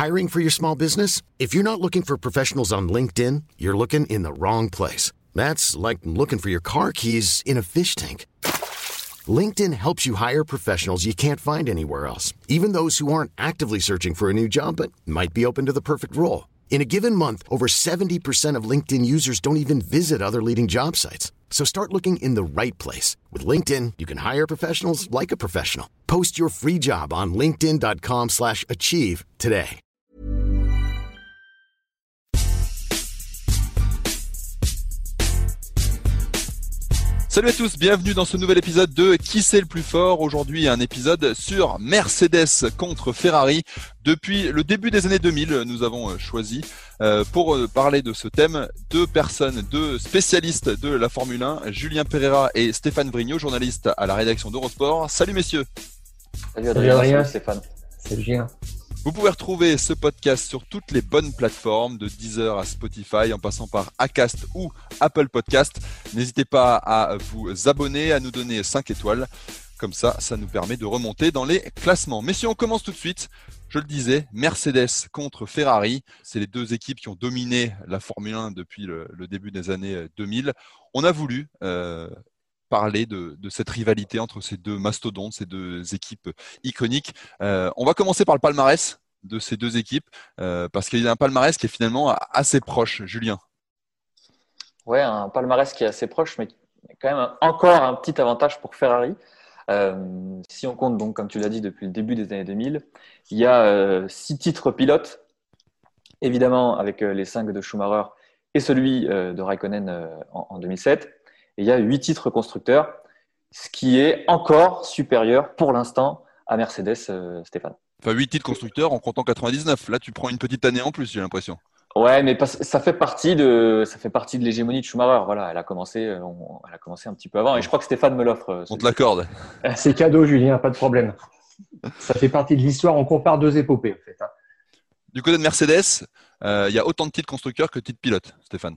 Hiring for your small business? If you're not looking for professionals on LinkedIn, you're looking in the wrong place. That's like looking for your car keys in a fish tank. LinkedIn helps you hire professionals you can't find anywhere else, even those who aren't actively searching for a new job but might be open to the perfect role. In a given month, over 70% of LinkedIn users don't even visit other leading job sites. So start looking in the right place. With LinkedIn, you can hire professionals like a professional. Post your free job on linkedin.com/achieve today. Salut à tous, bienvenue dans ce nouvel épisode de Qui c'est le plus fort. Aujourd'hui, un épisode sur Mercedes contre Ferrari. Depuis le début des années 2000, nous avons choisi pour parler de ce thème deux personnes, deux spécialistes de la Formule 1, Julien Pereira et Stéphane Vrignot, journalistes à la rédaction d'Eurosport. Salut messieurs. Salut Adrien, salut Stéphane. Salut Julien. Vous pouvez retrouver ce podcast sur toutes les bonnes plateformes, de Deezer à Spotify, en passant par Acast ou Apple Podcast. N'hésitez pas à vous abonner, à nous donner 5 étoiles. Comme ça, ça nous permet de remonter dans les classements. Mais si on commence tout de suite, je le disais, Mercedes contre Ferrari. C'est les deux équipes qui ont dominé la Formule 1 depuis le début des années 2000. On a voulu parler de cette rivalité entre ces deux mastodontes, ces deux équipes iconiques. On va commencer par le palmarès de ces deux équipes, parce qu'il y a un palmarès qui est finalement assez proche. Julien. Ouais, un palmarès qui est assez proche, mais quand même encore un petit avantage pour Ferrari. Si on compte, donc, comme tu l'as dit, depuis le début des années 2000, il y a 6 titres pilotes, évidemment avec les 5 de Schumacher et celui de Raikkonen en 2007. Et il y a 8 titres constructeurs, ce qui est encore supérieur pour l'instant à Mercedes, Stéphane. Enfin, 8 titres constructeurs en comptant 99. Là, tu prends une petite année en plus, j'ai l'impression. Ouais, mais ça fait partie de l'hégémonie de Schumacher. Voilà, elle a commencé un petit peu avant. Et je crois que Stéphane me l'offre. On te l'accorde. C'est cadeau, Julien, pas de problème. Ça fait partie de l'histoire. On compare deux épopées, en fait. Du côté de Mercedes, il y a autant de titres constructeurs que de titres pilotes, Stéphane.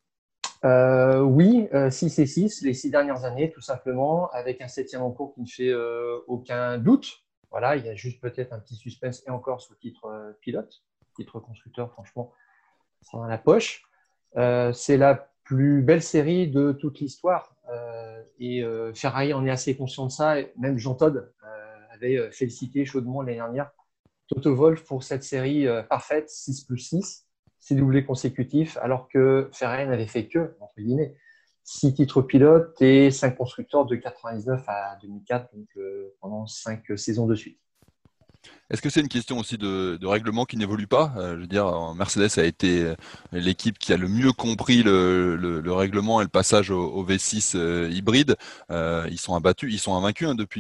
Oui, 6 et 6, les 6 dernières années, tout simplement, avec un 7e en cours qui ne fait aucun doute. Voilà, il y a juste peut-être un petit suspense et encore sous titre pilote. Titre constructeur, franchement, ça dans la poche. C'est la plus belle série de toute l'histoire. Et Ferrari en est assez conscient de ça. Et même Jean Todt avait félicité chaudement l'année dernière Toto Wolff pour cette série parfaite, 6+6. 6 doublés consécutifs, alors que Ferrari n'avait fait que, entre guillemets, 6 titres pilotes et 5 constructeurs de 99 à 2004, donc pendant 5 saisons de suite. Est-ce que c'est une question aussi de règlement qui n'évolue pas ? Je veux dire, Mercedes a été l'équipe qui a le mieux compris le règlement et le passage au V6 hybride. Ils sont invaincus depuis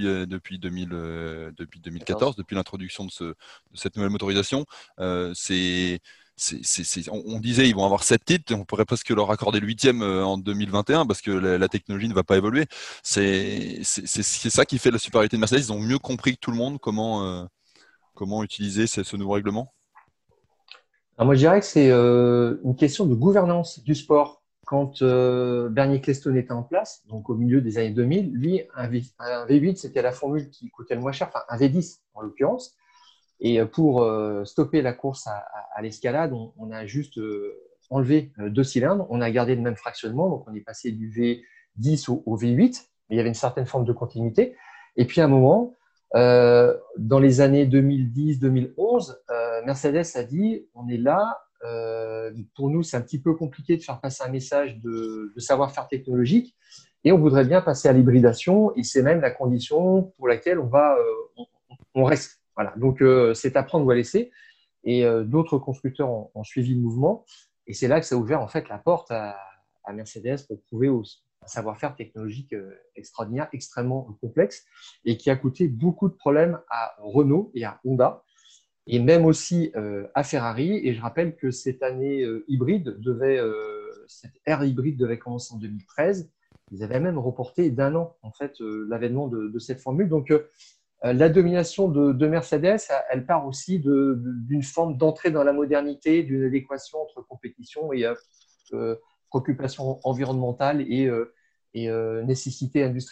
2014, depuis l'introduction de cette nouvelle motorisation. On disait ils vont avoir 7 titres, on pourrait presque leur accorder le 8e en 2021 parce que la technologie ne va pas évoluer. C'est ça qui fait la supériorité de Mercedes. Ils ont mieux compris que tout le monde comment utiliser ce nouveau règlement. Alors moi, je dirais que c'est une question de gouvernance du sport. Quand Bernie Ecclestone était en place, donc au milieu des années 2000, lui, un V8, c'était la formule qui coûtait le moins cher, enfin un V10 en l'occurrence. Et pour stopper la course à l'escalade, on a juste enlevé 2 cylindres. On a gardé le même fractionnement, donc on est passé du V10 au V8, mais il y avait une certaine forme de continuité. Et puis à un moment, dans les années 2010-2011, Mercedes a dit on est là, pour nous c'est un petit peu compliqué de faire passer un message de savoir-faire technologique et on voudrait bien passer à l'hybridation et c'est même la condition pour laquelle on reste. Voilà, donc c'est à prendre ou à laisser. Et d'autres constructeurs ont suivi le mouvement. Et c'est là que ça a ouvert en fait la porte à Mercedes pour prouver un savoir-faire technologique extraordinaire, extrêmement complexe et qui a coûté beaucoup de problèmes à Renault et à Honda et même aussi à Ferrari. Et je rappelle que cette année cette ère hybride devait commencer en 2013. Ils avaient même reporté d'1 an en fait l'avènement de cette formule. Donc la domination de Mercedes, elle part aussi d'une forme d'entrée dans la modernité, d'une adéquation entre compétition et préoccupation environnementale et nécessité industrielle.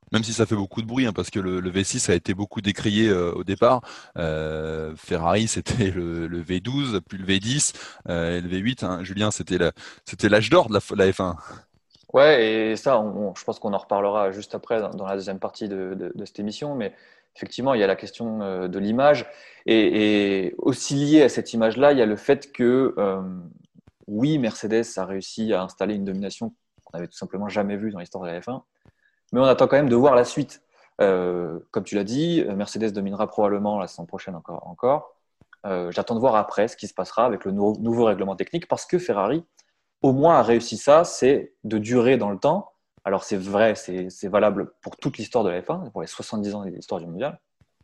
Même si ça fait beaucoup de bruit, hein, parce que le V6 a été beaucoup décrié au départ. Ferrari, c'était le V12, puis le V10, et le V8. Hein. Julien, c'était l'âge d'or de la F1. Ouais, et ça, je pense qu'on en reparlera juste après dans la deuxième partie de cette émission. Mais effectivement, il y a la question de l'image. Et aussi lié à cette image-là, il y a le fait que, oui, Mercedes a réussi à installer une domination qu'on n'avait tout simplement jamais vue dans l'histoire de la F1. Mais on attend quand même de voir la suite. Comme tu l'as dit, Mercedes dominera probablement la saison prochaine encore. J'attends de voir après ce qui se passera avec le nouveau règlement technique parce que Ferrari, au moins, a réussi ça, c'est de durer dans le temps. Alors c'est vrai, c'est valable pour toute l'histoire de la F1, pour les 70 ans de l'histoire du mondial.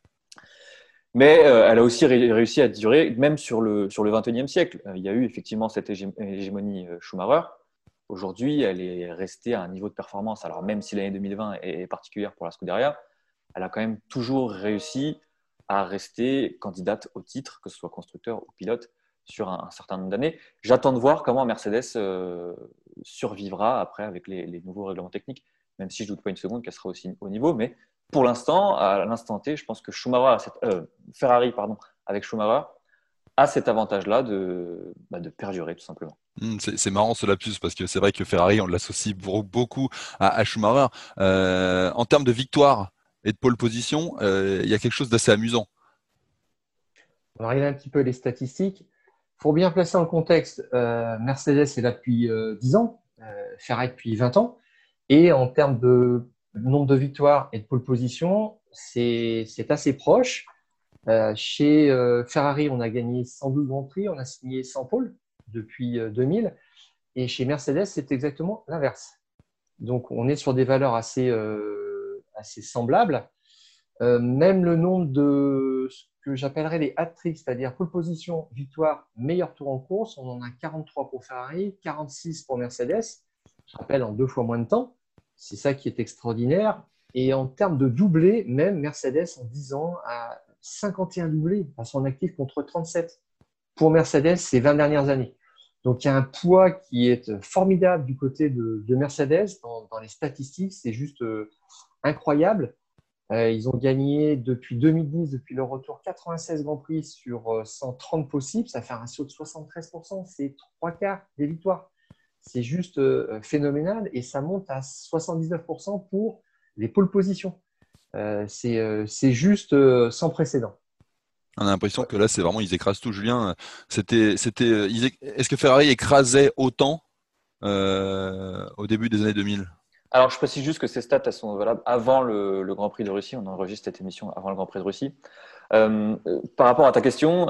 Mais elle a aussi réussi à durer même sur le 21e siècle. Il y a eu effectivement cette hégémonie Schumacher. Aujourd'hui, elle est restée à un niveau de performance. Alors même si l'année 2020 est particulière pour la Scuderia, elle a quand même toujours réussi à rester candidate au titre, que ce soit constructeur ou pilote, sur un certain nombre d'années. J'attends de voir comment Mercedes survivra après avec les nouveaux règlements techniques, même si je ne doute pas une seconde qu'elle sera aussi au niveau. Mais pour l'instant, à l'instant T, je pense que Ferrari avec Schumacher a cet avantage-là de perdurer tout simplement. C'est marrant ce lapsus parce que c'est vrai que Ferrari, on l'associe beaucoup à Schumacher. En termes de victoire et de pole position, il y a quelque chose d'assez amusant. On va regarder un petit peu les statistiques. Il faut bien placer en contexte, Mercedes est là depuis 10 ans, Ferrari depuis 20 ans. Et en termes de nombre de victoires et de pole position, c'est assez proche. Chez Ferrari, on a gagné 112 Grands Prix, on a signé 100 pôles depuis 2000. Et chez Mercedes, c'est exactement l'inverse. Donc, on est sur des valeurs assez semblables. Même le nombre de ce que j'appellerais les hat-tricks, c'est-à-dire pole position, victoire, meilleur tour en course, on en a 43 pour Ferrari, 46 pour Mercedes. Je rappelle, en 2 fois moins de temps. C'est ça qui est extraordinaire. Et en termes de doublés, même Mercedes, en 10 ans, a 51 doublés à son actif contre 37 pour Mercedes ces 20 dernières années. Donc, il y a un poids qui est formidable du côté de Mercedes dans les statistiques. C'est juste incroyable. Ils ont gagné depuis 2010, depuis leur retour, 96 Grands Prix sur 130 possibles. Ça fait un ratio de 73%. C'est 3 quarts des victoires. C'est juste phénoménal et ça monte à 79% pour les pole positions. C'est juste sans précédent. On a l'impression que là, c'est vraiment, ils écrasent tout. Julien, est-ce que Ferrari écrasait autant au début des années 2000? Alors, je précise juste que ces stats, elles sont valables avant le Grand Prix de Russie. On enregistre cette émission avant le Grand Prix de Russie. Par rapport à ta question,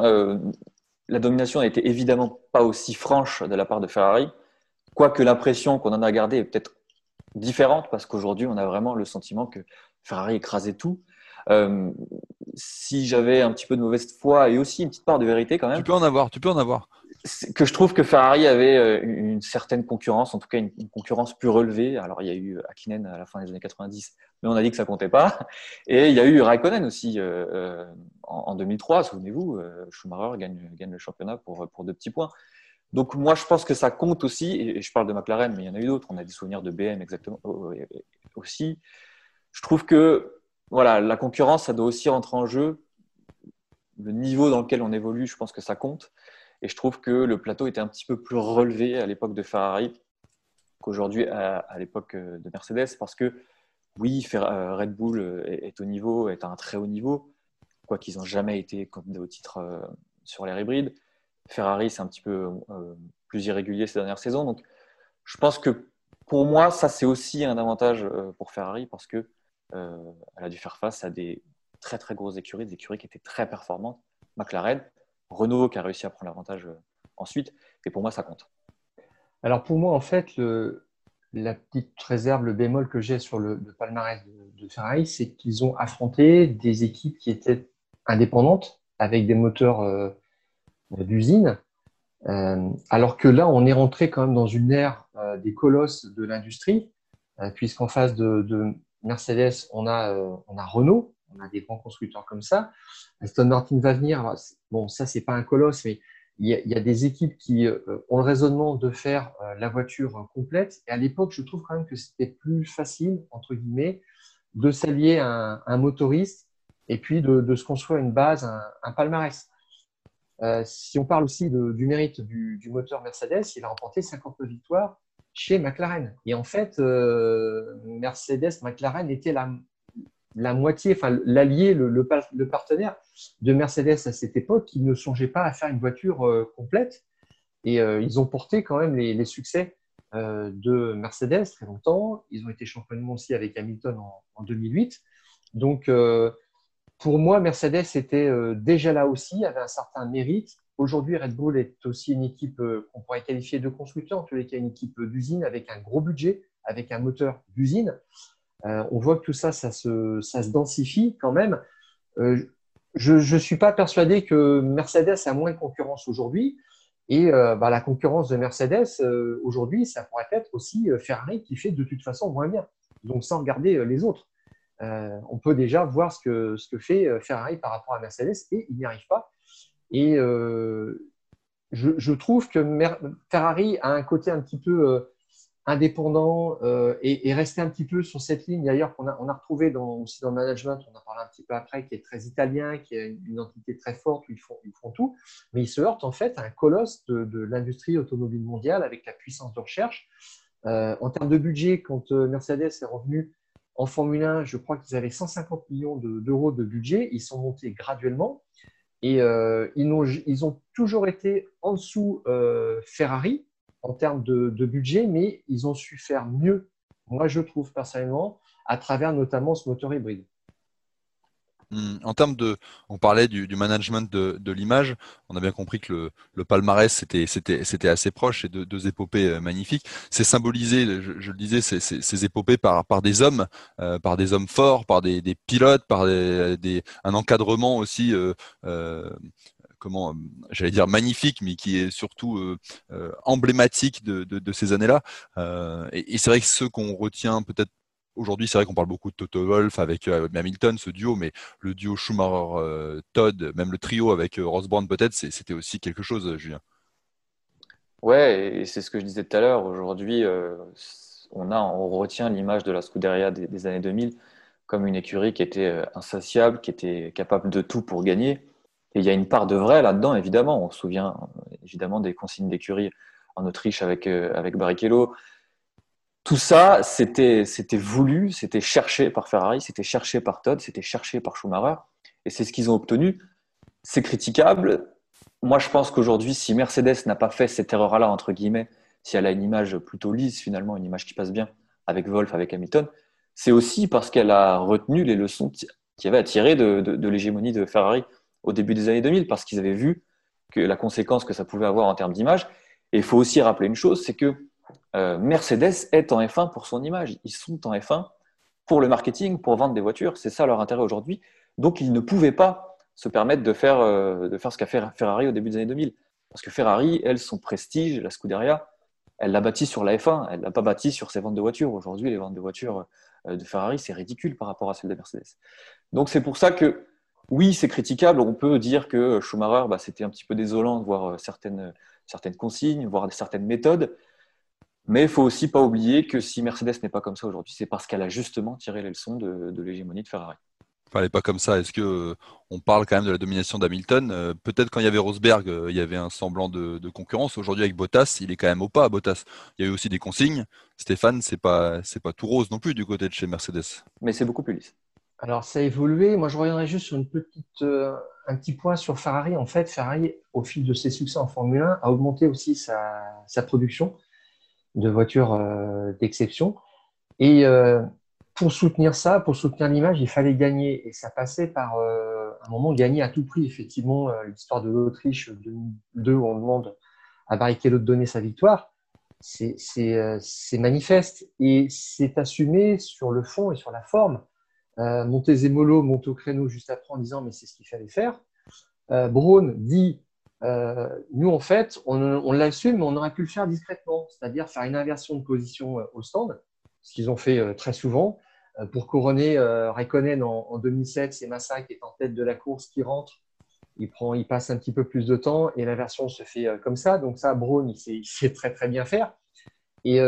la domination n'était évidemment pas aussi franche de la part de Ferrari, quoique l'impression qu'on en a gardée est peut-être différente, parce qu'aujourd'hui, on a vraiment le sentiment que Ferrari écrasait tout. Euh, Si j'avais un petit peu de mauvaise foi et aussi une petite part de vérité quand Tu même, peux en avoir, tu peux en avoir. c'est que je trouve que Ferrari avait une certaine concurrence, en tout cas une concurrence plus relevée. Alors, il y a eu Hakkinen à la fin des années 90, mais on a dit que ça comptait pas. Et il y a eu Raikkonen aussi en 2003, souvenez-vous, Schumacher gagne le championnat pour 2 petits points. Donc, moi, je pense que ça compte aussi, et je parle de McLaren, mais il y en a eu d'autres. On a des souvenirs de BM exactement aussi. Je trouve que voilà, la concurrence, ça doit aussi rentrer en jeu. Le niveau dans lequel on évolue, je pense que ça compte. Et je trouve que le plateau était un petit peu plus relevé à l'époque de Ferrari qu'aujourd'hui à l'époque de Mercedes, parce que oui, Red Bull est au niveau, est à un très haut niveau, quoiqu'ils n'ont jamais été candidats au titre sur l'air hybride. Ferrari, c'est un petit peu plus irrégulier ces dernières saisons. Donc, je pense que pour moi, ça, c'est aussi un avantage pour Ferrari, parce que elle a dû faire face à des très, très grosses écuries, des écuries qui étaient très performantes. McLaren, Renault qui a réussi à prendre l'avantage ensuite. Et pour moi, ça compte. Alors pour moi, en fait, la petite réserve, le bémol que j'ai sur le palmarès de Ferrari, c'est qu'ils ont affronté des équipes qui étaient indépendantes avec des moteurs d'usine. Alors que là, on est rentré quand même dans une ère des colosses de l'industrie, puisqu'en face de Mercedes, on a Renault, on a des grands constructeurs comme ça. Aston Martin va venir. Bon, ça, c'est pas un colosse, mais il y a des équipes qui ont le raisonnement de faire la voiture complète. Et à l'époque, je trouve quand même que c'était plus facile, entre guillemets, de s'allier à un motoriste et puis de se construire une base, un palmarès. Si on parle aussi du mérite du moteur Mercedes, il a remporté 59 victoires chez McLaren. Et en fait, McLaren était la moitié, enfin l'allié, le partenaire de Mercedes à cette époque, qui ne songeait pas à faire une voiture complète. Et ils ont porté quand même les succès de Mercedes très longtemps. Ils ont été champions du monde aussi avec Hamilton en 2008. Donc, pour moi, Mercedes était déjà là aussi, avait un certain mérite. Aujourd'hui, Red Bull est aussi une équipe qu'on pourrait qualifier de constructeur, en tous les cas une équipe d'usine avec un gros budget, avec un moteur d'usine. On voit que tout ça, ça se densifie quand même. Je ne suis pas persuadé que Mercedes a moins de concurrence aujourd'hui. Et la concurrence de Mercedes, aujourd'hui, ça pourrait être aussi Ferrari qui fait de toute façon moins bien. Donc, sans regarder les autres. On peut déjà voir ce que fait Ferrari par rapport à Mercedes et il n'y arrive pas. Et je trouve que Ferrari a un côté un petit peu indépendant et resté un petit peu sur cette ligne d'ailleurs qu'on a retrouvé aussi dans le management, on en parlera un petit peu après, qui est très italien, qui a une identité très forte où ils font tout, mais ils se heurtent en fait à un colosse de l'industrie automobile mondiale avec la puissance de recherche. En termes de budget, quand Mercedes est revenu en Formule 1, je crois qu'ils avaient 150 millions d'euros de budget, ils sont montés graduellement et ils ont toujours été en dessous Ferrari en termes de budget, mais ils ont su faire mieux, moi je trouve personnellement, à travers notamment ce moteur hybride. En termes on parlait du management de l'image, on a bien compris que le palmarès c'était assez proche et deux épopées magnifiques. C'est symbolisé, je le disais, ces épopées par des hommes forts, par des pilotes, par un encadrement aussi. J'allais dire magnifique, mais qui est surtout emblématique de ces années-là. Et c'est vrai que ceux qu'on retient peut-être aujourd'hui, c'est vrai qu'on parle beaucoup de Toto Wolff avec Hamilton, ce duo, mais le duo Schumacher-Todd, même le trio avec Ross Brown peut-être, c'était aussi quelque chose, Julien. Ouais, et c'est ce que je disais tout à l'heure. Aujourd'hui, on retient l'image de la Scuderia des années 2000 comme une écurie qui était insatiable, qui était capable de tout pour gagner. Et il y a une part de vrai là-dedans, évidemment. On se souvient évidemment des consignes d'écurie en Autriche avec Barrichello. Tout ça, c'était voulu, c'était cherché par Ferrari, c'était cherché par Todd, c'était cherché par Schumacher. Et c'est ce qu'ils ont obtenu. C'est critiquable. Moi, je pense qu'aujourd'hui, si Mercedes n'a pas fait cette erreur-là, entre guillemets, si elle a une image plutôt lisse, finalement, une image qui passe bien avec Wolff, avec Hamilton, c'est aussi parce qu'elle a retenu les leçons qu'il y avait à tirer de l'hégémonie de Ferrari au début des années 2000, parce qu'ils avaient vu que la conséquence que ça pouvait avoir en termes d'image. Et il faut aussi rappeler une chose, c'est que Mercedes est en F1 pour son image. Ils sont en F1 pour le marketing, pour vendre des voitures. C'est ça leur intérêt aujourd'hui. Donc, ils ne pouvaient pas se permettre de faire ce qu'a fait Ferrari au début des années 2000. Parce que Ferrari, elle, son prestige, la Scuderia, elle l'a bâti sur la F1. Elle ne l'a pas bâti sur ses ventes de voitures. Aujourd'hui, les ventes de voitures de Ferrari, c'est ridicule par rapport à celles de Mercedes. Donc, c'est pour ça que, oui, c'est critiquable. On peut dire que Schumacher, c'était un petit peu désolant de voir certaines consignes, voir certaines méthodes. Mais il ne faut aussi pas oublier que si Mercedes n'est pas comme ça aujourd'hui, c'est parce qu'elle a justement tiré les leçons de l'hégémonie de Ferrari. Enfin, elle n'est pas comme ça. Est-ce que on parle quand même de la domination d'Hamilton? Peut-être quand il y avait Rosberg, il y avait un semblant de concurrence. Aujourd'hui, avec Bottas, il est quand même au pas, Bottas. Il y a eu aussi des consignes. Stéphane, c'est pas tout rose non plus du côté de chez Mercedes. Mais c'est beaucoup plus lisse. Alors, ça a évolué. Moi, je reviendrai juste sur un petit point sur Ferrari. En fait, Ferrari, au fil de ses succès en Formule 1, a augmenté aussi sa production de voitures d'exception. Et pour soutenir ça, pour soutenir l'image, il fallait gagner. Et ça passait par un moment gagner à tout prix. Effectivement, l'histoire de l'Autriche 2002 où on demande à Barrichello de donner sa victoire, c'est manifeste et c'est assumé sur le fond et sur la forme. Montezemolo monte au créneau juste après en disant mais c'est ce qu'il fallait faire. Braun dit nous en fait on l'assume mais on aurait pu le faire discrètement, c'est-à-dire faire une inversion de position au stand, ce qu'ils ont fait très souvent pour couronner Räikkönen en 2007. C'est Massa qui est en tête de la course qui rentre, il passe un petit peu plus de temps et l'inversion se fait comme ça. Donc ça, Braun il sait très très bien faire. Et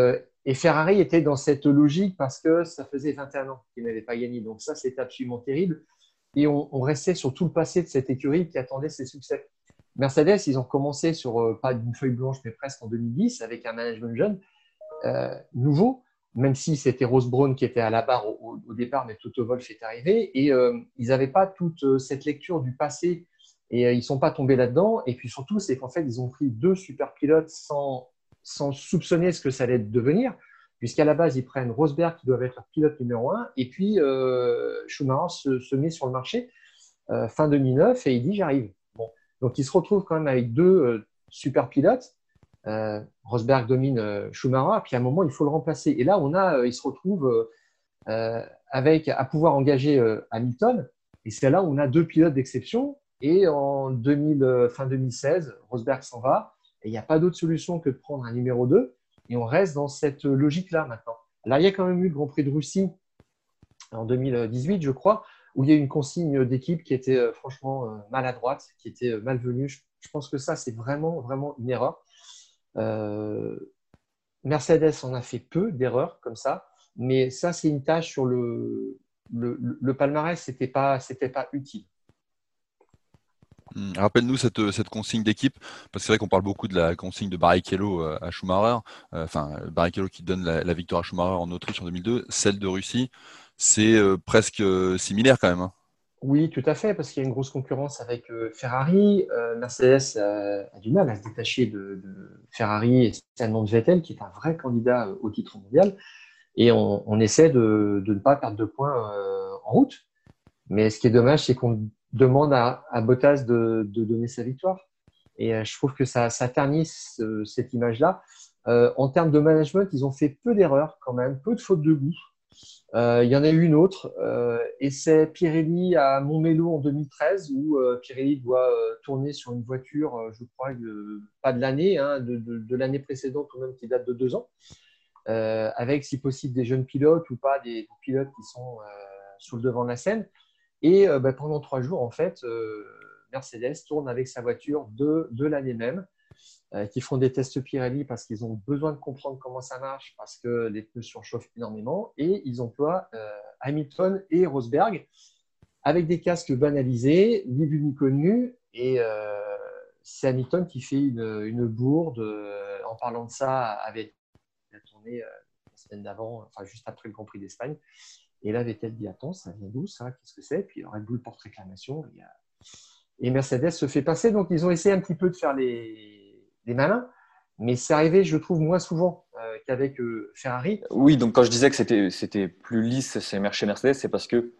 Et Ferrari était dans cette logique parce que ça faisait 21 ans qu'ils n'avaient pas gagné. Donc ça, c'était absolument terrible. Et on restait sur tout le passé de cette écurie qui attendait ses succès. Mercedes, ils ont commencé sur, pas d'une feuille blanche, mais presque en 2010, avec un management jeune, nouveau, même si c'était Ross Brawn qui était à la barre au départ, mais Toto Wolff est arrivé. Et ils n'avaient pas toute cette lecture du passé et ils ne sont pas tombés là-dedans. Et puis surtout, c'est qu'en fait, ils ont pris 2 super pilotes sans soupçonner ce que ça allait devenir, puisqu'à la base, ils prennent Rosberg qui doit être leur pilote numéro 1, et puis Schumacher se met sur le marché fin 2009 et il dit j'arrive. Bon. Donc, il se retrouve quand même avec 2 super pilotes. Rosberg domine Schumacher, puis à un moment, il faut le remplacer. Et là, il se retrouve avec à pouvoir engager Hamilton, et c'est là où on a 2 pilotes d'exception. Et fin 2016, Rosberg s'en va, et il n'y a pas d'autre solution que de prendre un numéro 2, et on reste dans cette logique-là maintenant. Alors, il y a quand même eu le Grand Prix de Russie en 2018, je crois, où il y a eu une consigne d'équipe qui était franchement maladroite, qui était malvenue. Je pense que ça, c'est vraiment, vraiment une erreur. Mercedes en a fait peu d'erreurs comme ça, mais ça, c'est une tâche sur le palmarès, c'était pas utile. Rappelle-nous cette consigne d'équipe, parce que c'est vrai qu'on parle beaucoup de la consigne de Barrichello à Schumacher, Barrichello qui donne la victoire à Schumacher en Autriche en 2002, celle de Russie, c'est presque similaire quand même. Hein. Oui, tout à fait, parce qu'il y a une grosse concurrence avec Ferrari. Mercedes a du mal à se détacher de Ferrari et spécialement de Vettel, qui est un vrai candidat au titre mondial. Et on essaie de ne pas perdre de points en route. Mais ce qui est dommage, c'est qu'on demande à Bottas de donner sa victoire. Et je trouve que ça ternit cette image-là. En termes de management, ils ont fait peu d'erreurs quand même, peu de fautes de goût. Il y en a eu une autre, et c'est Pirelli à Montmelo en 2013, où Pirelli doit tourner sur une voiture, je crois, pas de l'année, hein, de l'année précédente, ou même qui date de 2 ans, avec si possible des jeunes pilotes ou pas, des pilotes qui sont sur le devant de la scène. Et pendant 3 jours, en fait, Mercedes tourne avec sa voiture de l'année même, qui font des tests Pirelli parce qu'ils ont besoin de comprendre comment ça marche, parce que les pneus surchauffent énormément, et ils emploient Hamilton et Rosberg avec des casques banalisés, ni vu ni connu, et c'est Hamilton qui fait une bourde en parlant de ça avec la tournée la semaine d'avant, enfin juste après le Grand Prix d'Espagne. Et là, Vettel dit attends, ça vient d'où ça? Qu'est-ce que c'est? Puis Red Bull porte réclamation. Et Mercedes se fait passer. Donc, ils ont essayé un petit peu de faire les malins, mais c'est arrivé, je trouve, moins souvent qu'avec Ferrari. Oui, donc quand je disais que c'était plus lisse chez Mercedes, c'est parce que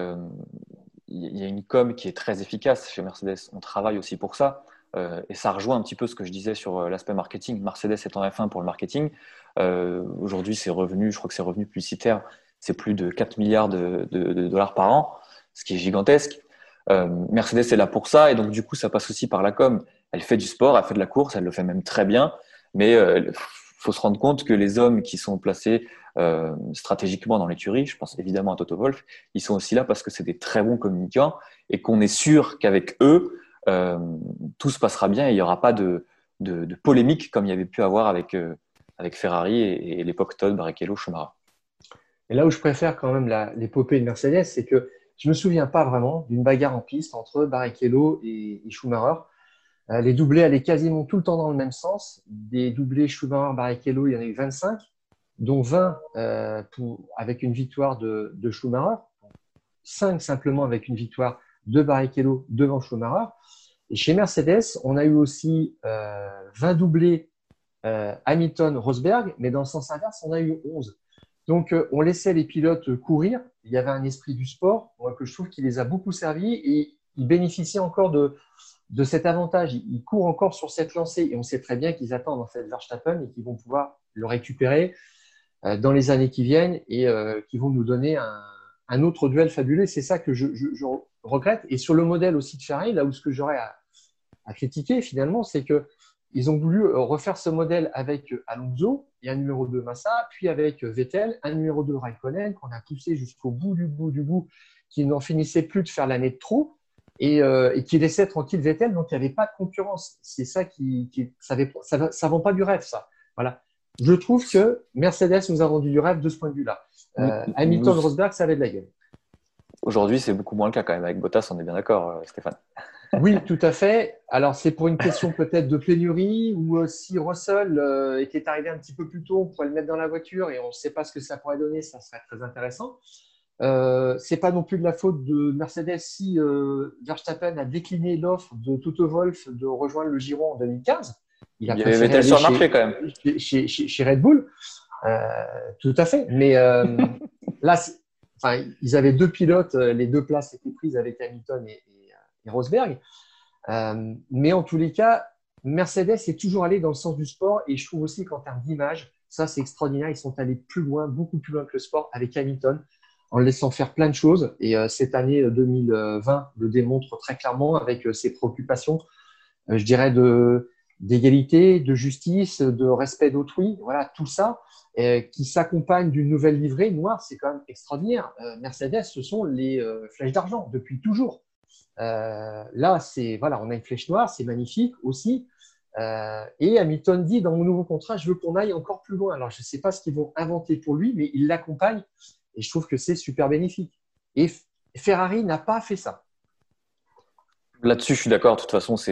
y a une com qui est très efficace chez Mercedes. On travaille aussi pour ça. Et ça rejoint un petit peu ce que je disais sur l'aspect marketing. Mercedes est en F1 pour le marketing. Aujourd'hui, je crois que c'est revenu publicitaire, c'est plus de 4 milliards de dollars par an, ce qui est gigantesque. Mercedes est là pour ça, et donc du coup, ça passe aussi par la com. Elle fait du sport, elle fait de la course, elle le fait même très bien, mais faut se rendre compte que les hommes qui sont placés stratégiquement dans l'écurie, je pense évidemment à Toto Wolff, ils sont aussi là parce que c'est des très bons communicants et qu'on est sûr qu'avec eux, tout se passera bien et il n'y aura pas de polémique comme il y avait pu avoir avec Ferrari et l'époque Todd, Barrichello, Schumacher. Et là où je préfère quand même l'épopée de Mercedes, c'est que je ne me souviens pas vraiment d'une bagarre en piste entre Barrichello et Schumacher. Les doublés allaient quasiment tout le temps dans le même sens. Des doublés Schumacher-Barrichello, il y en a eu 25, dont 20 avec une victoire de Schumacher, 5 simplement avec une victoire de Barrichello devant Schumacher. Et chez Mercedes, on a eu aussi 20 doublés Hamilton-Rosberg, mais dans le sens inverse, on a eu 11. Donc, on laissait les pilotes courir. Il y avait un esprit du sport, moi, que je trouve qui les a beaucoup servis, et ils bénéficient encore de cet avantage. Ils courent encore sur cette lancée, et on sait très bien qu'ils attendent en fait Verstappen et qu'ils vont pouvoir le récupérer dans les années qui viennent, et qui vont nous donner un autre duel fabuleux. C'est ça que je regrette. Et sur le modèle aussi de Ferrari, là où ce que j'aurais à critiquer finalement, c'est que ils ont voulu refaire ce modèle avec Alonso et un numéro 2 Massa, puis avec Vettel, un numéro 2 Raikkonen, qu'on a poussé jusqu'au bout du bout, qui n'en finissait plus de faire l'année de trop, et qui laissait tranquille Vettel, donc il n'y avait pas de concurrence. C'est ça ça vend pas du rêve, ça. Voilà. je trouve que Mercedes nous a vendu du rêve de ce point de vue-là. Hamilton, Rosberg, ça avait de la gueule. Aujourd'hui, c'est beaucoup moins le cas quand même. Avec Bottas, on est bien d'accord, Stéphane. Oui, tout à fait. Alors, c'est pour une question peut-être de pénurie ou si Russell était arrivé un petit peu plus tôt, on pourrait le mettre dans la voiture et on ne sait pas ce que ça pourrait donner, ça serait très intéressant. C'est pas non plus de la faute de Mercedes si Verstappen a décliné l'offre de Toto Wolff de rejoindre le Giro en 2015. Il y avait Vettel sur le marché quand même. Chez Red Bull. Tout à fait. Mais là, ils avaient deux pilotes, les deux places étaient prises avec Hamilton et Rosberg. Mais en tous les cas, Mercedes est toujours allé dans le sens du sport et je trouve aussi qu'en termes d'image, ça c'est extraordinaire. Ils sont allés plus loin, beaucoup plus loin que le sport avec Hamilton en le laissant faire plein de choses. Et cette année 2020 le démontre très clairement avec ses préoccupations, je dirais, d'égalité, de justice, de respect d'autrui. Voilà, tout ça qui s'accompagne d'une nouvelle livrée noire, c'est quand même extraordinaire. Mercedes, ce sont les flèches d'argent depuis toujours. Là, voilà, on a une flèche noire, c'est magnifique aussi. Et Hamilton dit dans mon nouveau contrat, je veux qu'on aille encore plus loin. Alors, je ne sais pas ce qu'ils vont inventer pour lui, mais il l'accompagne et je trouve que c'est super bénéfique. Et Ferrari n'a pas fait ça. Là-dessus, je suis d'accord. De toute façon, ça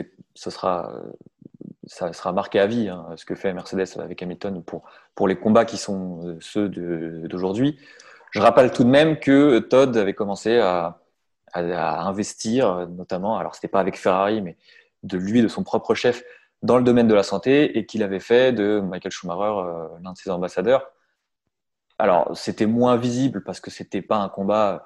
sera marqué à vie, hein, ce que fait Mercedes avec Hamilton pour les combats qui sont ceux d'aujourd'hui. Je rappelle tout de même que Todd avait commencé à investir, notamment, alors c'était pas avec Ferrari, mais de son propre chef, dans le domaine de la santé, et qu'il avait fait de Michael Schumacher l'un de ses ambassadeurs. Alors, c'était moins visible parce que c'était pas un combat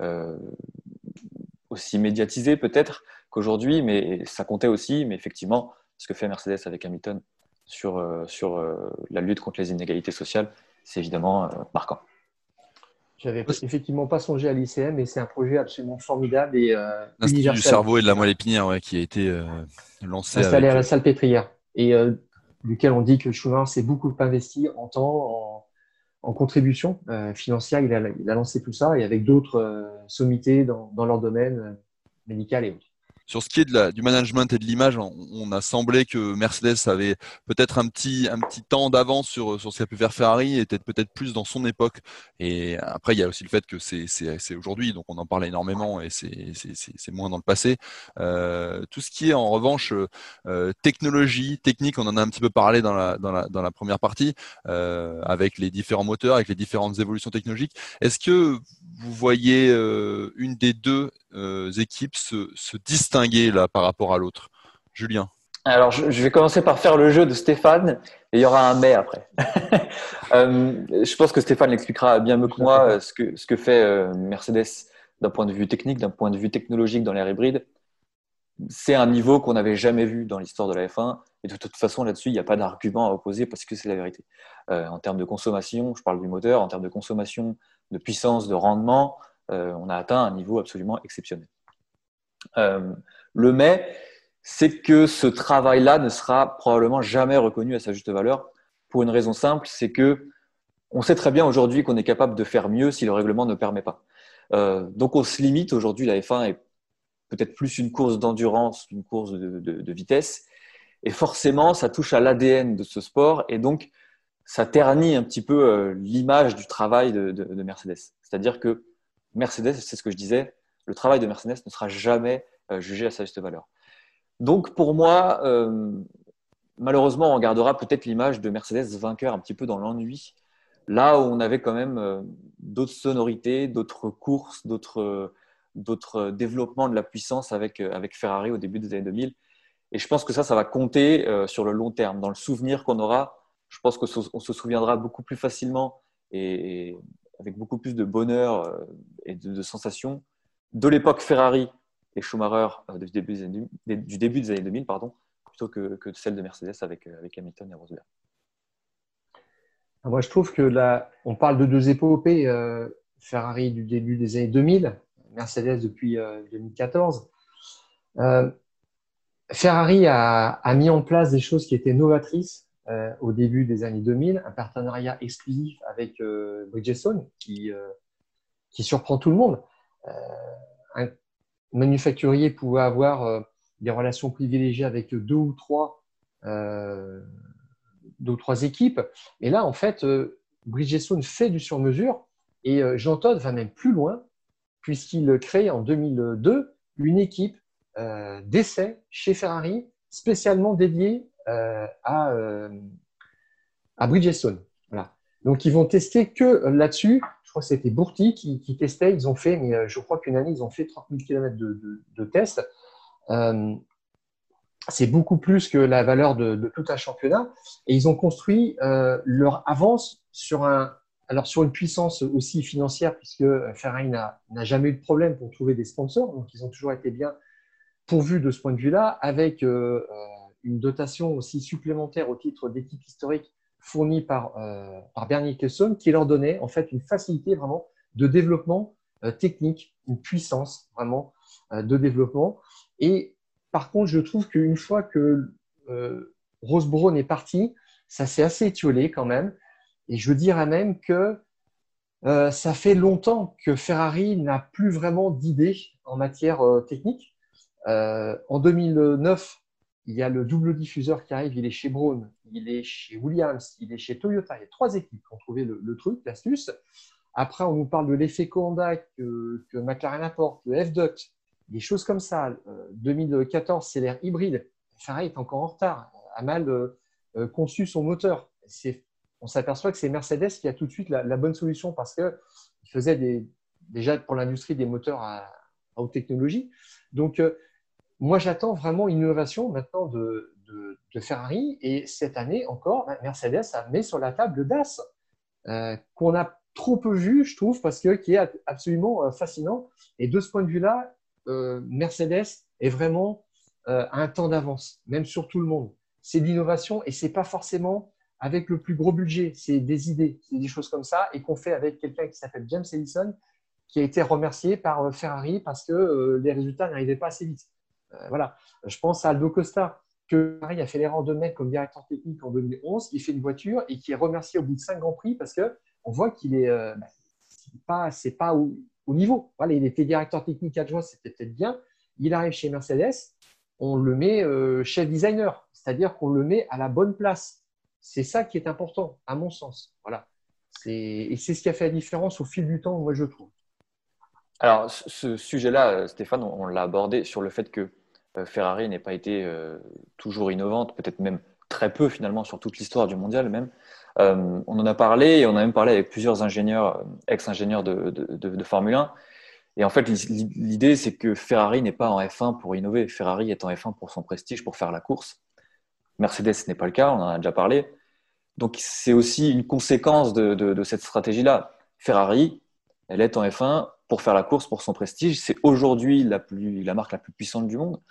aussi médiatisé peut-être qu'aujourd'hui, mais ça comptait aussi. Mais effectivement, ce que fait Mercedes avec Hamilton sur la lutte contre les inégalités sociales, c'est évidemment marquant. J'avais effectivement pas songé à l'ICM, mais c'est un projet absolument formidable et l'Institut universel. Du cerveau et de la moelle épinière, qui a été lancé installé avec... à la Salpêtrière et duquel on dit que Schumacher s'est beaucoup investi en temps, en contribution financière. Il a lancé tout ça et avec d'autres sommités dans leur domaine médical et autres. Sur ce qui est du management et de l'image, on a semblé que Mercedes avait peut-être un petit temps d'avance sur ce qu'a pu faire Ferrari, et était peut-être plus dans son époque. Et après, il y a aussi le fait que c'est aujourd'hui, donc on en parle énormément et c'est moins dans le passé. Tout ce qui est en revanche technologie, technique, on en a un petit peu parlé dans la première partie, avec les différents moteurs, avec les différentes évolutions technologiques. Est-ce que vous voyez une des deux équipes se distinguer là par rapport à l'autre? Julien? Alors, je vais commencer par faire le jeu de Stéphane et il y aura un mais après. Je pense que Stéphane l'expliquera bien mieux que moi ce que fait Mercedes d'un point de vue technique, d'un point de vue technologique dans l'ère hybride. C'est un niveau qu'on n'avait jamais vu dans l'histoire de la F1 et de toute façon là-dessus, il n'y a pas d'argument à opposer parce que c'est la vérité. En termes de consommation, je parle du moteur, en termes de consommation, de puissance, de rendement, on a atteint un niveau absolument exceptionnel. Le mais, c'est que ce travail-là ne sera probablement jamais reconnu à sa juste valeur pour une raison simple, c'est que on sait très bien aujourd'hui qu'on est capable de faire mieux si le règlement ne permet pas. Donc on se limite aujourd'hui, la F1 est peut-être plus une course d'endurance qu'une course de vitesse, et forcément ça touche à l'ADN de ce sport et donc ça ternit un petit peu l'image du travail de Mercedes. C'est-à-dire que Mercedes, c'est ce que je disais, le travail de Mercedes ne sera jamais jugé à sa juste valeur. Donc pour moi, malheureusement, on gardera peut-être l'image de Mercedes vainqueur un petit peu dans l'ennui, là où on avait quand même d'autres sonorités, d'autres courses, d'autres développements de la puissance avec Ferrari au début des années 2000. Et je pense que ça va compter sur le long terme. Dans le souvenir qu'on aura, je pense qu'on se souviendra beaucoup plus facilement et avec beaucoup plus de bonheur et de sensations de l'époque Ferrari et Schumacher du début des années 2000, plutôt que celle de Mercedes avec Hamilton et Rosberg. Moi, je trouve que là, on parle de deux épopées, Ferrari du début des années 2000, Mercedes depuis 2014. Ferrari a mis en place des choses qui étaient novatrices au début des années 2000, un partenariat exclusif avec Bridgestone qui surprend tout le monde. Un manufacturier pouvait avoir des relations privilégiées avec deux ou trois ou trois équipes. Et là, en fait, Bridgestone fait du sur-mesure et Jean Todt va même plus loin puisqu'il crée en 2002 une équipe d'essai chez Ferrari spécialement dédiée à Bridgestone. Voilà. Donc, ils vont tester que là-dessus. Je crois que c'était Bourti qui testait. Ils ont fait, mais je crois qu'une année, ils ont fait 30 000 km de tests. C'est beaucoup plus que la valeur de tout un championnat. Et ils ont construit leur avance sur une puissance aussi financière, puisque Ferrari n'a jamais eu de problème pour trouver des sponsors. Donc, ils ont toujours été bien pourvus de ce point de vue-là, avec une dotation aussi supplémentaire au titre d'équipe historique fournie par Bernie Ecclestone, qui leur donnait en fait une facilité vraiment de développement technique, une puissance vraiment de développement. Et par contre, je trouve qu'une fois que Ross Brawn est parti, ça s'est assez étiolé quand même. Et je dirais même que ça fait longtemps que Ferrari n'a plus vraiment d'idées en matière technique. En 2009, il y a le double diffuseur qui arrive, il est chez Brawn, il est chez Williams, il est chez Toyota. Il y a trois équipes qui ont trouvé le truc, l'astuce. Après, on nous parle de l'effet Coanda que McLaren apporte, le F-Duct, des choses comme ça. 2014, c'est l'ère hybride. Ferrari est encore en retard, a mal conçu son moteur. On s'aperçoit que c'est Mercedes qui a tout de suite la bonne solution parce qu'il faisait déjà pour l'industrie des moteurs à haute technologie. Donc, moi, j'attends vraiment une innovation maintenant de Ferrari. Et cette année encore, Mercedes a mis sur la table le DAS, qu'on a trop peu vu, je trouve, parce que qui est absolument fascinant. Et de ce point de vue-là, Mercedes est vraiment à un temps d'avance, même sur tout le monde. C'est de l'innovation et c'est pas forcément avec le plus gros budget. C'est des idées, c'est des choses comme ça et qu'on fait avec quelqu'un qui s'appelle James Ellison, qui a été remercié par Ferrari parce que les résultats n'arrivaient pas assez vite. Voilà. Je pense à Aldo Costa, que Ferrari a fait l'erreur de mettre comme directeur technique en 2011, qui fait une voiture et qui est remercié au bout de 5 Grands Prix parce qu'on voit qu'il est, c'est pas au niveau. Voilà, il était directeur technique adjoint, c'était peut-être bien. Il arrive chez Mercedes, on le met chef designer, c'est-à-dire qu'on le met à la bonne place. C'est ça qui est important, à mon sens. Voilà. Et c'est ce qui a fait la différence au fil du temps, moi, je trouve. Alors, ce sujet-là, Stéphane, on l'a abordé sur le fait que Ferrari n'ait pas été toujours innovante, peut-être même très peu finalement sur toute l'histoire du mondial même. On en a parlé et on a même parlé avec plusieurs ingénieurs, ex-ingénieurs de Formule 1. Et en fait, l'idée, c'est que Ferrari n'est pas en F1 pour innover. Ferrari est en F1 pour son prestige, pour faire la course. Mercedes, ce n'est pas le cas, on en a déjà parlé. Donc, c'est aussi une conséquence de cette stratégie-là. Ferrari, elle est en F1 pour faire la course, pour son prestige. C'est aujourd'hui la marque la plus puissante du monde.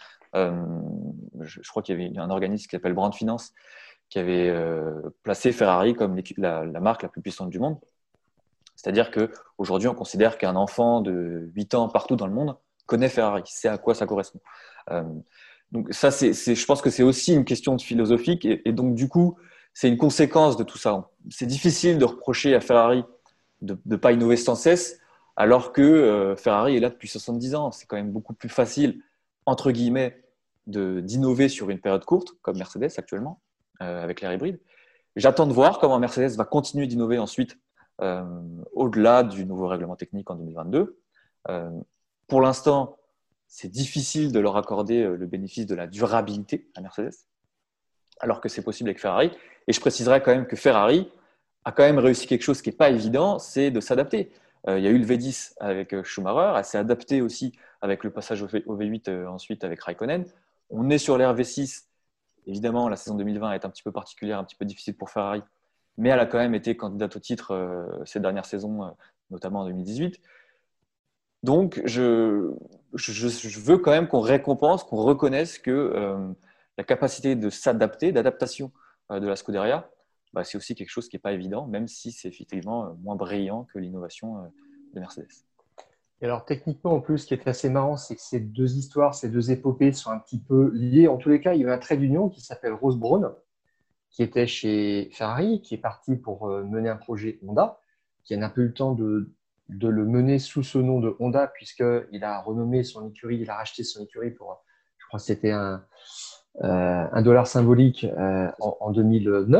Je crois qu'il y avait un organisme qui s'appelle Brand Finance qui avait placé Ferrari comme la marque la plus puissante du monde. C'est-à-dire qu'aujourd'hui, on considère qu'un enfant de 8 ans partout dans le monde connaît Ferrari, sait à quoi ça correspond. Donc ça, je pense que c'est aussi une question de philosophique et donc du coup, c'est une conséquence de tout ça. C'est difficile de reprocher à Ferrari de ne pas innover sans cesse, alors que Ferrari est là depuis 70 ans. C'est quand même beaucoup plus facile, entre guillemets, d'innover sur une période courte, comme Mercedes actuellement, avec l'ère hybride. J'attends de voir comment Mercedes va continuer d'innover ensuite, au-delà du nouveau règlement technique en 2022. Pour l'instant, c'est difficile de leur accorder le bénéfice de la durabilité à Mercedes, alors que c'est possible avec Ferrari. Et je préciserai quand même que Ferrari a quand même réussi quelque chose qui n'est pas évident, c'est de s'adapter. Il y a eu le V10 avec Schumacher, elle s'est adaptée aussi avec le passage au V8 ensuite avec Raikkonen. On est sur l'ère V6. Évidemment, la saison 2020 est un petit peu particulière, un petit peu difficile pour Ferrari, mais elle a quand même été candidate au titre ces dernières saisons, notamment en 2018. Donc, je veux quand même qu'on récompense, qu'on reconnaisse que la capacité de s'adapter, d'adaptation de la Scuderia, c'est aussi quelque chose qui n'est pas évident, même si c'est effectivement moins brillant que l'innovation de Mercedes. Et alors, techniquement, en plus, ce qui est assez marrant, c'est que ces deux histoires, ces deux épopées sont un petit peu liées. En tous les cas, il y a eu un trait d'union qui s'appelle Ross Brawn, qui était chez Ferrari, qui est parti pour mener un projet Honda, qui a un peu eu le temps de le mener sous ce nom de Honda, puisqu'il a renommé son écurie, il a racheté son écurie pour, je crois que c'était un dollar symbolique en 2009.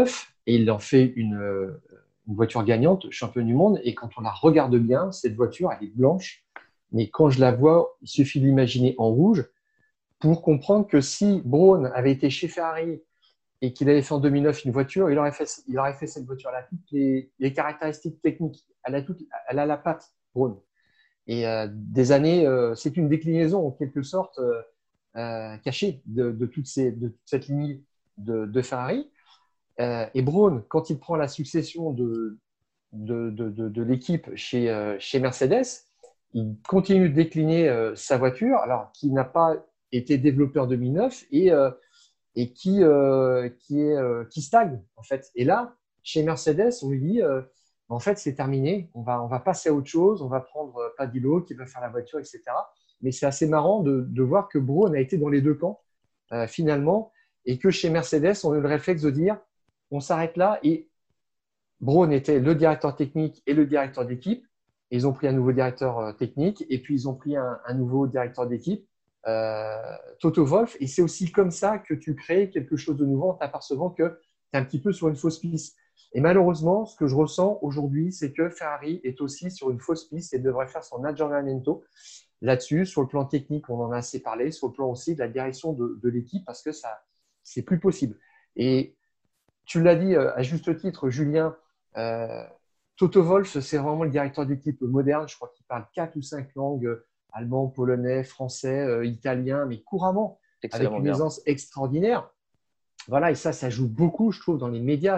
et il en fait une voiture gagnante, championne du monde. Et quand on la regarde bien, cette voiture, elle est blanche. Mais quand je la vois, il suffit de l'imaginer en rouge pour comprendre que si Brawn avait été chez Ferrari et qu'il avait fait en 2009 une voiture, il aurait fait cette voiture-là. Toutes les caractéristiques techniques, elle a la patte, Brawn. Et des années, c'est une déclinaison en quelque sorte cachée de toute cette ligne de Ferrari. Et Brawn, quand il prend la succession de l'équipe chez Mercedes, il continue de décliner sa voiture, alors qu'il n'a pas été développé en 2009 et qui stagne en fait. Et là, chez Mercedes, on lui dit en fait c'est terminé, on va passer à autre chose, on va prendre Padillo qui va faire la voiture, etc. Mais c'est assez marrant de voir que Brawn a été dans les deux camps finalement, et que chez Mercedes, on a eu le réflexe de dire on s'arrête là. Et Brawn était le directeur technique et le directeur d'équipe. Ils ont pris un nouveau directeur technique et puis ils ont pris un nouveau directeur d'équipe, Toto Wolff. Et c'est aussi comme ça que tu crées quelque chose de nouveau en t'apercevant que tu es un petit peu sur une fausse piste. Et malheureusement, ce que je ressens aujourd'hui, c'est que Ferrari est aussi sur une fausse piste et devrait faire son aggiornamento là-dessus. Sur le plan technique, on en a assez parlé. Sur le plan aussi de la direction de l'équipe, parce que ça, c'est plus possible. Et tu l'as dit à juste titre, Julien, Toto Wolff, c'est vraiment le directeur d'équipe moderne. Je crois qu'il parle 4 ou 5 langues, allemand, polonais, français, italien, mais couramment, avec une aisance extraordinaire. Voilà, et ça joue beaucoup, je trouve, dans les médias.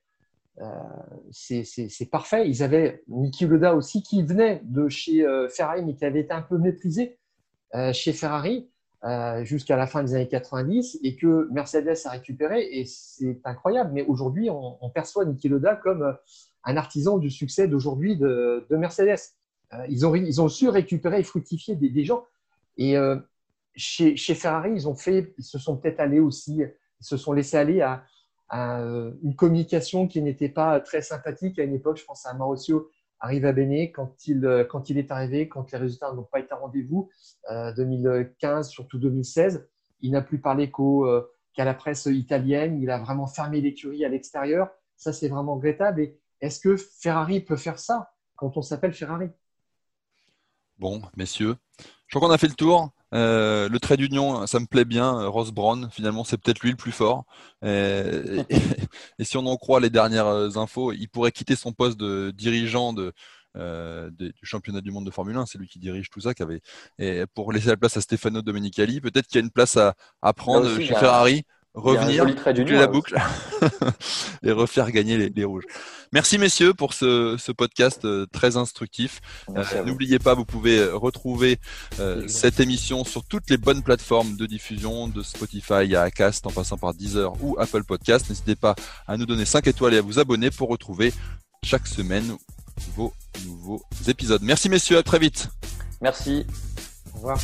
C'est parfait. Ils avaient Niki Lauda aussi, qui venait de chez Ferrari, mais qui avait été un peu méprisé chez Ferrari jusqu'à la fin des années 90, et que Mercedes a récupéré, et c'est incroyable. Mais aujourd'hui, on perçoit Niki Lauda comme un artisan du succès d'aujourd'hui de Mercedes. Ils ont su récupérer et fructifier des gens. Et chez Ferrari, ils se sont peut-être allés aussi, ils se sont laissés aller à une communication qui n'était pas très sympathique à une époque. Je pense à Maurizio Arrivabene quand il est arrivé, quand les résultats n'ont pas été à rendez-vous, 2015, surtout 2016. Il n'a plus parlé qu'à la presse italienne. Il a vraiment fermé l'écurie à l'extérieur. Ça, c'est vraiment regrettable. Et est-ce que Ferrari peut faire ça quand on s'appelle Ferrari ? Bon, messieurs, je crois qu'on a fait le tour. Le trait d'union, ça me plaît bien. Ross Brawn, finalement, c'est peut-être lui le plus fort. Et si on en croit les dernières infos, il pourrait quitter son poste de dirigeant du championnat du monde de Formule 1. C'est lui qui dirige tout ça, pour laisser la place à Stefano Domenicali. Peut-être qu'il y a une place à prendre aussi, chez Ferrari. Revenir, boucler la boucle et refaire gagner les rouges. Merci messieurs pour ce podcast très instructif. N'oubliez pas, vous pouvez retrouver cette émission sur toutes les bonnes plateformes de diffusion, de Spotify à Acast en passant par Deezer ou Apple Podcast. N'hésitez pas à nous donner 5 étoiles et à vous abonner pour retrouver chaque semaine vos nouveaux épisodes. Merci messieurs, à très vite. Merci. Au revoir.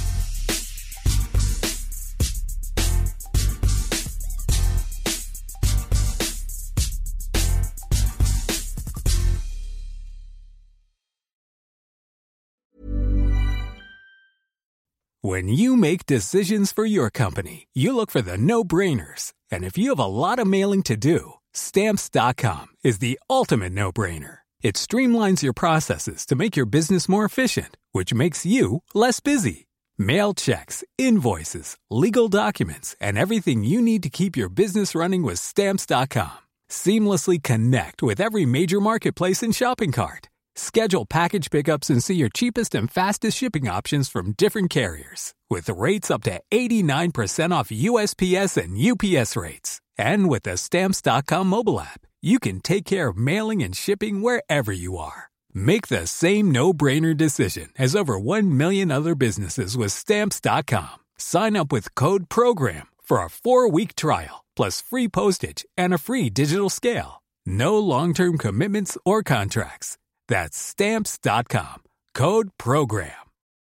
When you make decisions for your company, you look for the no-brainers. And if you have a lot of mailing to do, Stamps.com is the ultimate no-brainer. It streamlines your processes to make your business more efficient, which makes you less busy. Mail checks, invoices, legal documents, and everything you need to keep your business running with Stamps.com. Seamlessly connect with every major marketplace and shopping cart. Schedule package pickups and see your cheapest and fastest shipping options from different carriers. With rates up to 89% off USPS and UPS rates. And with the Stamps.com mobile app, you can take care of mailing and shipping wherever you are. Make the same no-brainer decision as over 1 million other businesses with Stamps.com. Sign up with code PROGRAM for a 4-week trial, plus free postage and a free digital scale. No long-term commitments or contracts. That's Stamps.com. Code PROGRAM.